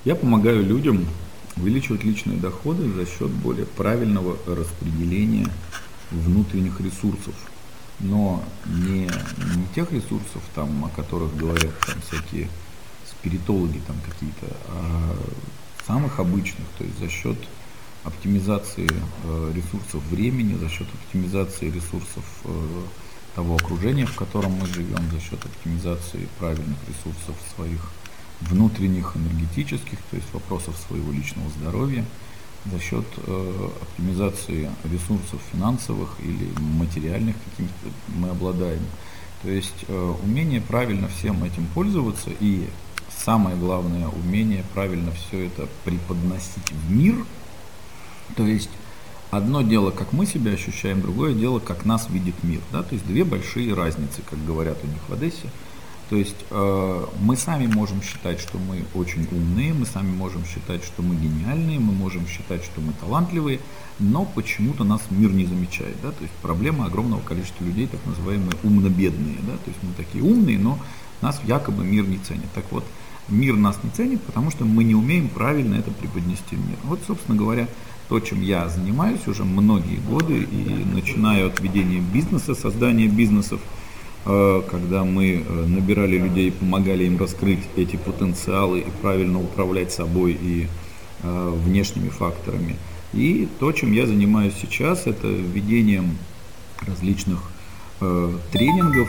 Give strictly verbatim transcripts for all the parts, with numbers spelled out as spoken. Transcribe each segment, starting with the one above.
Я помогаю людям увеличивать личные доходы за счет более правильного распределения внутренних ресурсов. Но не, не тех ресурсов, там, о которых говорят там, всякие спиритологи там, какие-то, а самых обычных, то есть за счет оптимизации э, ресурсов времени, за счет оптимизации ресурсов э, того окружения, в котором мы живем, за счет оптимизации правильных ресурсов своих внутренних, энергетических, то есть вопросов своего личного здоровья, за счет э, оптимизации ресурсов финансовых или материальных, какими-то мы обладаем. То есть э, умение правильно всем этим пользоваться и самое главное, умение правильно все это преподносить в мир. То есть одно дело, как мы себя ощущаем, другое дело, как нас видит мир. Да? То есть две большие разницы, как говорят у них в Одессе. То есть э, мы сами можем считать, что мы очень умные, мы сами можем считать, что мы гениальные, мы можем считать, что мы талантливые, но почему-то нас мир не замечает. Да? То есть проблема огромного количества людей, так называемые умно-бедные. Да? То есть мы такие умные, но нас якобы мир не ценит. Так вот, мир нас не ценит, потому что мы не умеем правильно это преподнести в мир. Вот, собственно говоря, то, чем я занимаюсь уже многие годы, и начинаю от ведения бизнеса, создания бизнесов, когда мы набирали людей, помогали им раскрыть эти потенциалы и правильно управлять собой и внешними факторами. И то, чем я занимаюсь сейчас, это введением различных тренингов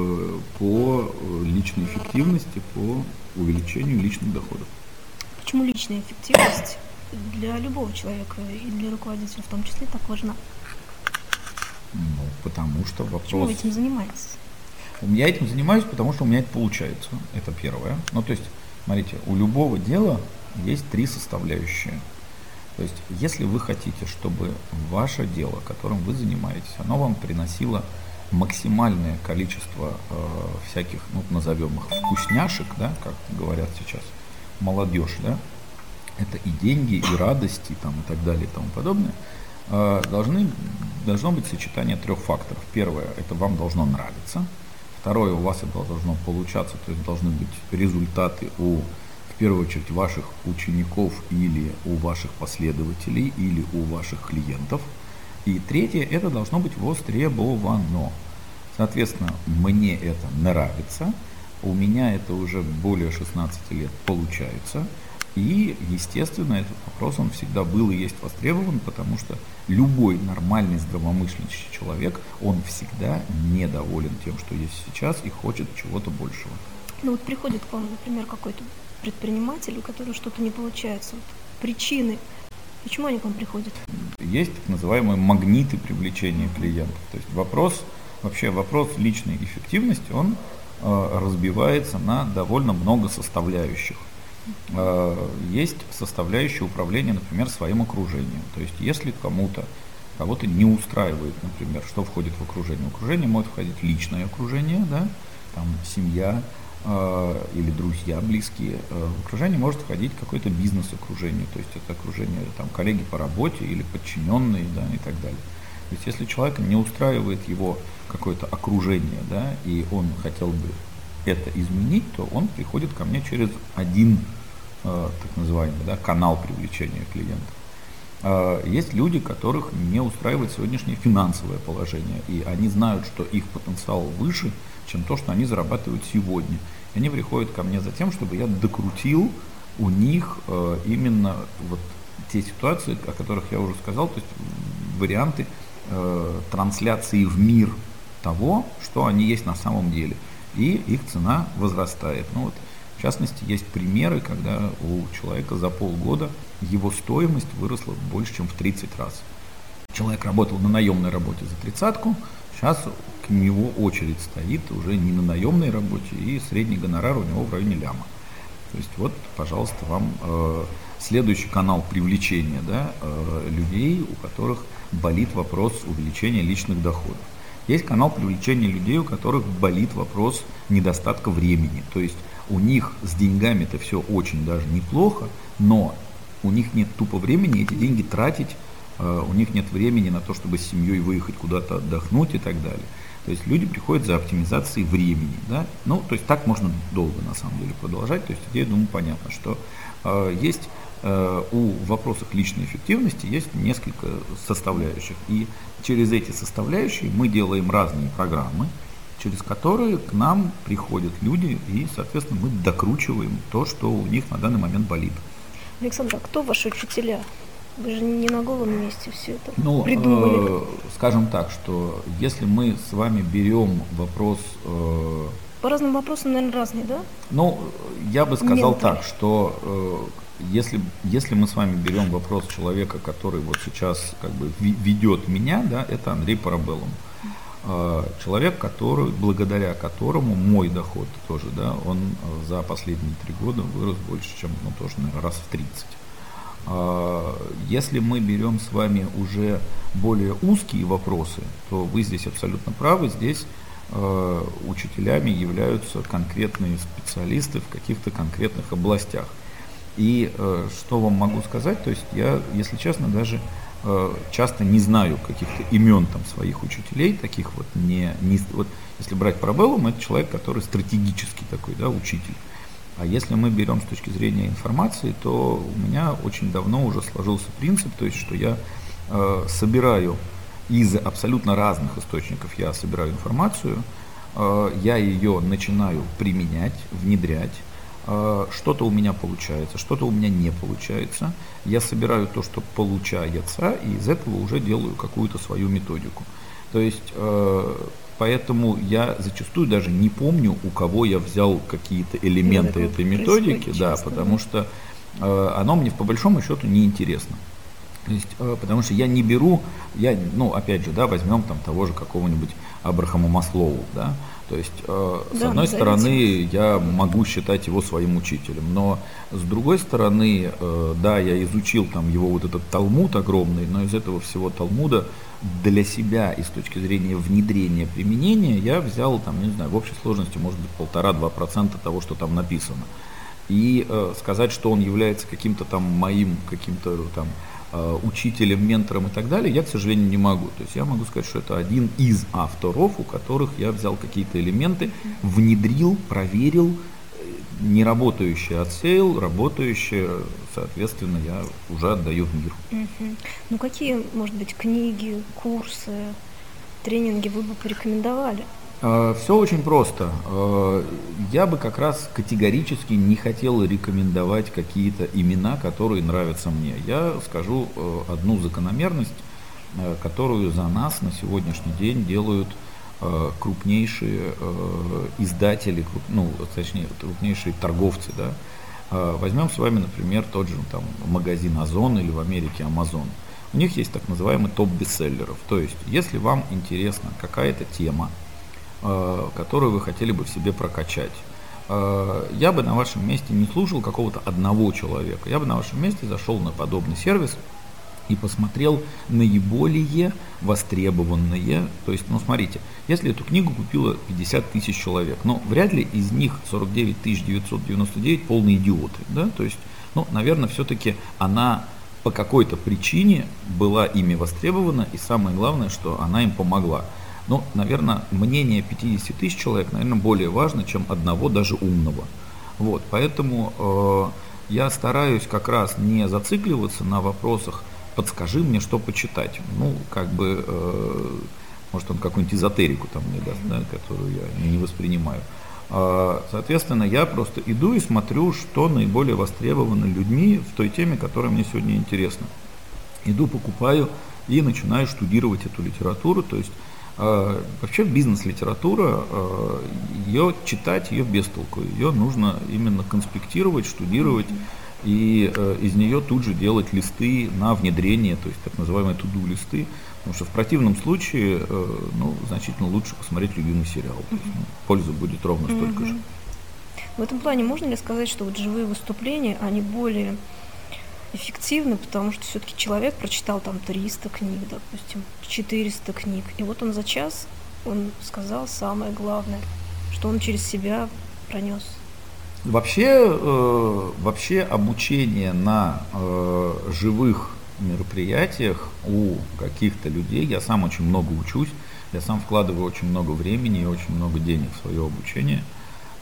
по личной эффективности, по увеличению личных доходов. Почему личная эффективность для любого человека и для руководителя в том числе так важна? Ну, потому что вопрос... Почему вы этим занимаетесь? Я этим занимаюсь, потому что у меня это получается. Это первое. Ну, то есть, смотрите, у любого дела есть три составляющие. То есть, если вы хотите, чтобы ваше дело, которым вы занимаетесь, оно вам приносило максимальное количество э, всяких, ну, назовем их, вкусняшек, да, как говорят сейчас молодежь, да, это и деньги, и радости, там, и так далее, и тому подобное, э, должны, должно быть сочетание трех факторов. Первое, это вам должно нравиться. Второе, у вас это должно получаться, то есть должны быть результаты у, в первую очередь, ваших учеников или у ваших последователей, или у ваших клиентов. И третье, это должно быть востребовано. Соответственно, мне это нравится, у меня это уже более шестнадцати лет получается. И, естественно, этот вопрос, он всегда был и есть востребован, потому что любой нормальный здравомыслящий человек, он всегда недоволен тем, что есть сейчас, и хочет чего-то большего. Ну вот приходит к вам, например, какой-то предприниматель, у которого что-то не получается. Вот причины, почему они к вам приходят? Есть так называемые магниты привлечения клиентов. То есть вопрос, вообще вопрос личной эффективности, он э, разбивается на довольно много составляющих. Есть составляющая управления, например, своим окружением. То есть, если кому-то, кого-то не устраивает, например, что входит в окружение. В окружение может входить личное окружение, да, там, семья э, или друзья близкие. В окружение может входить какое-то бизнес-окружение, то есть это окружение, там, коллеги по работе или подчиненные, да, и так далее. То есть, если человека не устраивает его какое-то окружение, да, и он хотел бы это изменить, то он приходит ко мне через один э, так называемый, да, канал привлечения клиентов. Э, есть люди, которых не устраивает сегодняшнее финансовое положение, и они знают, что их потенциал выше, чем то, что они зарабатывают сегодня. И они приходят ко мне за тем, чтобы я докрутил у них э, именно вот те ситуации, о которых я уже сказал, то есть варианты э, трансляции в мир того, что они есть на самом деле. И их цена возрастает. Ну вот, в частности, есть примеры, когда у человека за полгода его стоимость выросла больше, чем в тридцать раз. Человек работал на наемной работе за тридцатку, сейчас к нему очередь стоит уже не на наемной работе, и средний гонорар у него в районе ляма. То есть вот, пожалуйста, вам э, следующий канал привлечения, да, э, людей, у которых болит вопрос увеличения личных доходов. Есть канал привлечения людей, у которых болит вопрос недостатка времени. То есть у них с деньгами-то все очень даже неплохо, но у них нет тупо времени эти деньги тратить, э, у них нет времени на то, чтобы с семьей выехать куда-то отдохнуть и так далее. То есть люди приходят за оптимизацией времени. Да? Ну, то есть так можно долго на самом деле продолжать. То есть идея, думаю, понятна, что Есть у вопросов личной эффективности есть несколько составляющих. И через эти составляющие мы делаем разные программы, через которые к нам приходят люди, и, соответственно, мы докручиваем то, что у них на данный момент болит. Александр, а кто ваши учителя? Вы же не на голом месте все это ну, придумали. Э, скажем так, что если мы с вами берем вопрос... Э, По разным вопросам, наверное, разные, да? Ну, я бы сказал Менты. так, что э, если, если мы с вами берем вопрос человека, который вот сейчас как бы ведет меня, да, это Андрей Парабеллум. Э, человек, который, благодаря которому мой доход тоже, да, он за последние три года вырос больше, чем, ну, тоже, наверное, раз в тридцать. Если мы берем с вами уже более узкие вопросы, то вы здесь абсолютно правы. Здесь э, учителями являются конкретные специалисты в каких-то конкретных областях. И э, что вам могу сказать, то есть я, если честно, даже э, часто не знаю каких-то имен там своих учителей, таких вот не, не вот если брать Парабеллум, это человек, который стратегический такой, да, учитель. А если мы берем с точки зрения информации, то у меня очень давно уже сложился принцип, то есть, что я э, собираю из абсолютно разных источников, я собираю информацию, э, я ее начинаю применять, внедрять, э, что-то у меня получается, что-то у меня не получается, я собираю то, что получается, и из этого уже делаю какую-то свою методику. То есть... Э, Поэтому я зачастую даже не помню, у кого я взял какие-то элементы да, этой методики, да, часто, потому да. что э, оно мне по большому счету не интересно. То есть, э, потому что я не беру, я, ну, опять же, да, возьмем там того же какого-нибудь Абрахама Маслоу, да, то есть, э, да, с одной стороны, я могу считать его своим учителем, но с другой стороны, э, да, я изучил там его вот этот Талмуд огромный, но из этого всего Талмуда для себя и с точки зрения внедрения, применения, я взял там, не знаю, в общей сложности, может быть, полтора-два процента того, что там написано. И э, сказать, что он является каким-то там моим, каким-то там э, учителем, ментором и так далее, я, к сожалению, не могу. То есть я могу сказать, что это один из авторов, у которых я взял какие-то элементы, внедрил, проверил, не работающее отсеял, работающее, соответственно, я уже отдаю в мир. Uh-huh. Ну какие, может быть, книги, курсы, тренинги вы бы порекомендовали? Все очень просто. Я бы как раз категорически не хотел рекомендовать какие-то имена, которые нравятся мне. Я скажу одну закономерность, которую за нас на сегодняшний день делают крупнейшие издатели, ну, точнее, крупнейшие торговцы, да. Возьмем с вами, например, тот же там магазин Озон или в Америке Amazon. У них есть так называемый топ бестселлеров. То есть, если вам интересна какая-то тема, которую вы хотели бы в себе прокачать, я бы на вашем месте не слушал какого-то одного человека. Я бы на вашем месте зашел на подобный сервис и посмотрел наиболее востребованные. То есть, ну смотрите, если эту книгу купило пятьдесят тысяч человек, но вряд ли из них сорок девять тысяч девятьсот девяносто девять полные идиоты, да, то есть, ну, наверное, все-таки она по какой-то причине была ими востребована, и самое главное, что она им помогла. Ну, наверное, мнение пятьдесят тысяч человек, наверное, более важно, чем одного даже умного. Вот, поэтому э, я стараюсь как раз не зацикливаться на вопросах «подскажи мне, что почитать». Ну, как бы, э, может, он какую-нибудь эзотерику там мне даст, да, которую я не воспринимаю. Э, соответственно, я просто иду и смотрю, что наиболее востребовано людьми в той теме, которая мне сегодня интересна. Иду, покупаю и начинаю штудировать эту литературу, то есть э, вообще бизнес-литература, э, ее читать, ее без толку, ее нужно именно конспектировать, штудировать, и э, из нее тут же делать листы на внедрение, то есть так называемые to-do листы, потому что в противном случае э, ну, значительно лучше посмотреть любимый сериал, то есть, ну, пользы будет ровно столько же. В этом плане можно ли сказать, что вот живые выступления, они более эффективны, потому что все-таки человек прочитал там триста книг, допустим, четыреста книг, и вот он за час, он сказал самое главное, что он через себя пронес. Вообще, э, вообще обучение на э, живых мероприятиях у каких-то людей, я сам очень много учусь, я сам вкладываю очень много времени и очень много денег в свое обучение.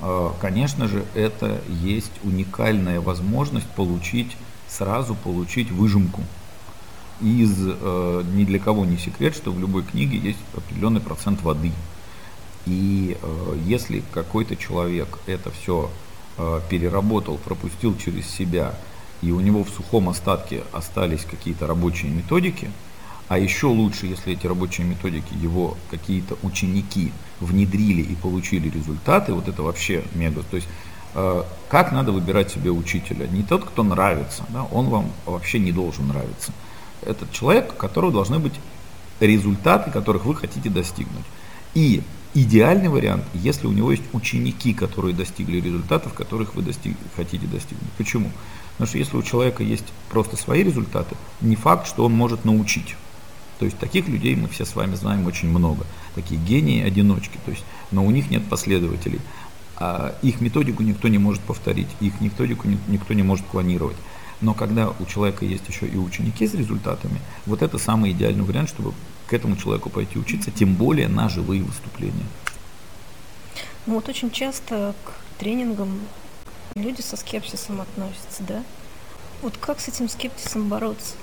конечно же, это есть уникальная возможность получить, сразу получить выжимку. Из, ни для кого не секрет, что в любой книге есть определенный процент воды. И если какой-то человек это все переработал, пропустил через себя, и у него в сухом остатке остались какие-то рабочие методики, а еще лучше, если эти рабочие методики его какие-то ученики внедрили и получили результаты, вот это вообще мега. То есть э, как надо выбирать себе учителя? Не тот, кто нравится, да, он вам вообще не должен нравиться. Это человек, у которого должны быть результаты, которых вы хотите достигнуть. И идеальный вариант, если у него есть ученики, которые достигли результатов, которых вы достиг, хотите достигнуть. Почему? Потому что если у человека есть просто свои результаты, не факт, что он может научить. То есть таких людей мы все с вами знаем очень много. Такие гении-одиночки, то есть, но у них нет последователей. А их методику никто не может повторить, их методику никто не может клонировать. Но когда у человека есть еще и ученики с результатами, вот это самый идеальный вариант, чтобы к этому человеку пойти учиться, тем более на живые выступления. Ну вот очень часто к тренингам люди со скепсисом относятся, да? Вот как с этим скепсисом бороться?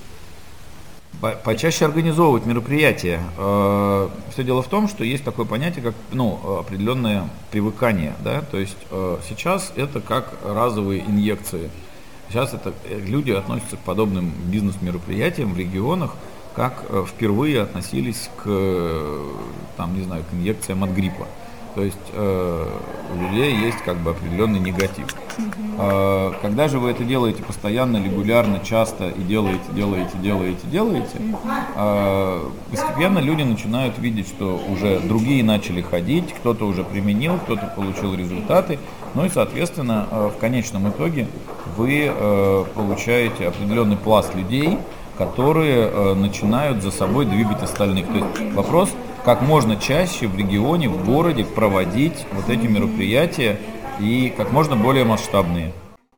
Почаще организовывать мероприятия. Все дело в том, что есть такое понятие, как ну, определенное привыкание. Да? То есть сейчас это как разовые инъекции. Сейчас это люди относятся к подобным бизнес-мероприятиям в регионах, как впервые относились к, там, не знаю, к инъекциям от гриппа. То есть э, у людей есть как бы определенный негатив. Э, когда же вы это делаете постоянно, регулярно, часто и делаете, делаете, делаете, делаете, э, постепенно люди начинают видеть, что уже другие начали ходить, кто-то уже применил, кто-то получил результаты. Ну и, соответственно, э, в конечном итоге вы э, получаете определенный пласт людей, которые э, начинают за собой двигать остальных. То есть вопрос, как можно чаще в регионе, в городе проводить вот эти мероприятия и как можно более масштабные.